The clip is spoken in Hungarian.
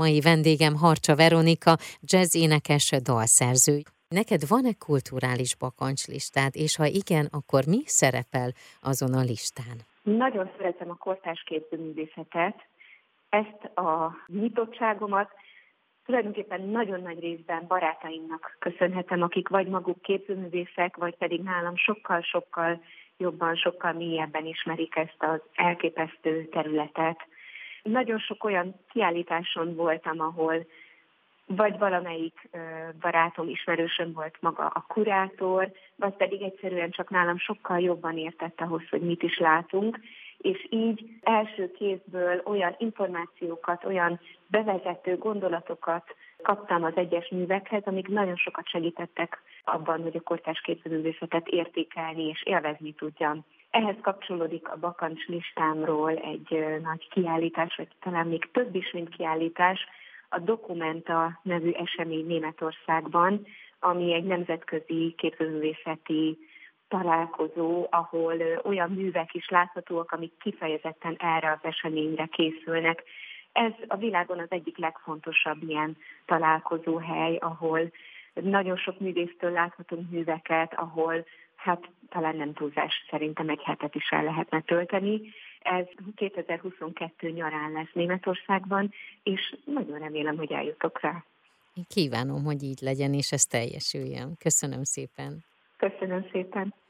Mai vendégem Harcsa Veronika, jazz énekes, dalszerző. Neked van-e kulturális bakancslistád, és ha igen, akkor mi szerepel azon a listán? Nagyon szeretem a kortárs képzőművészetet, ezt a nyitottságomat tulajdonképpen nagyon nagy részben barátaimnak köszönhetem, akik vagy maguk képzőművészek, vagy pedig nálam sokkal-sokkal jobban, sokkal mélyebben ismerik ezt az elképesztő területet. Nagyon sok olyan kiállításon voltam, ahol vagy valamelyik barátom, ismerősöm volt maga a kurátor, vagy pedig egyszerűen csak nálam sokkal jobban értett ahhoz, hogy mit is látunk, és így első kézből olyan információkat, olyan bevezető gondolatokat kaptam az egyes művekhez, amik nagyon sokat segítettek abban, hogy a kortárs képzőművészetet értékelni és élvezni tudjam. Ehhez kapcsolódik a bakancs listámról egy nagy kiállítás, vagy talán még több is, mint kiállítás, a Documenta nevű esemény Németországban, ami egy nemzetközi képzőművészeti találkozó, ahol olyan művek is láthatóak, amik kifejezetten erre az eseményre készülnek. Ez a világon az egyik legfontosabb ilyen találkozóhely, ahol nagyon sok művésztől láthatunk műveket, ahol hát talán nem túlzás, szerintem egy hetet is el lehetne tölteni. Ez 2022 nyarán lesz Németországban, és nagyon remélem, hogy eljutok rá. Én kívánom, hogy így legyen, és ez teljesüljön. Köszönöm szépen. Köszönöm szépen.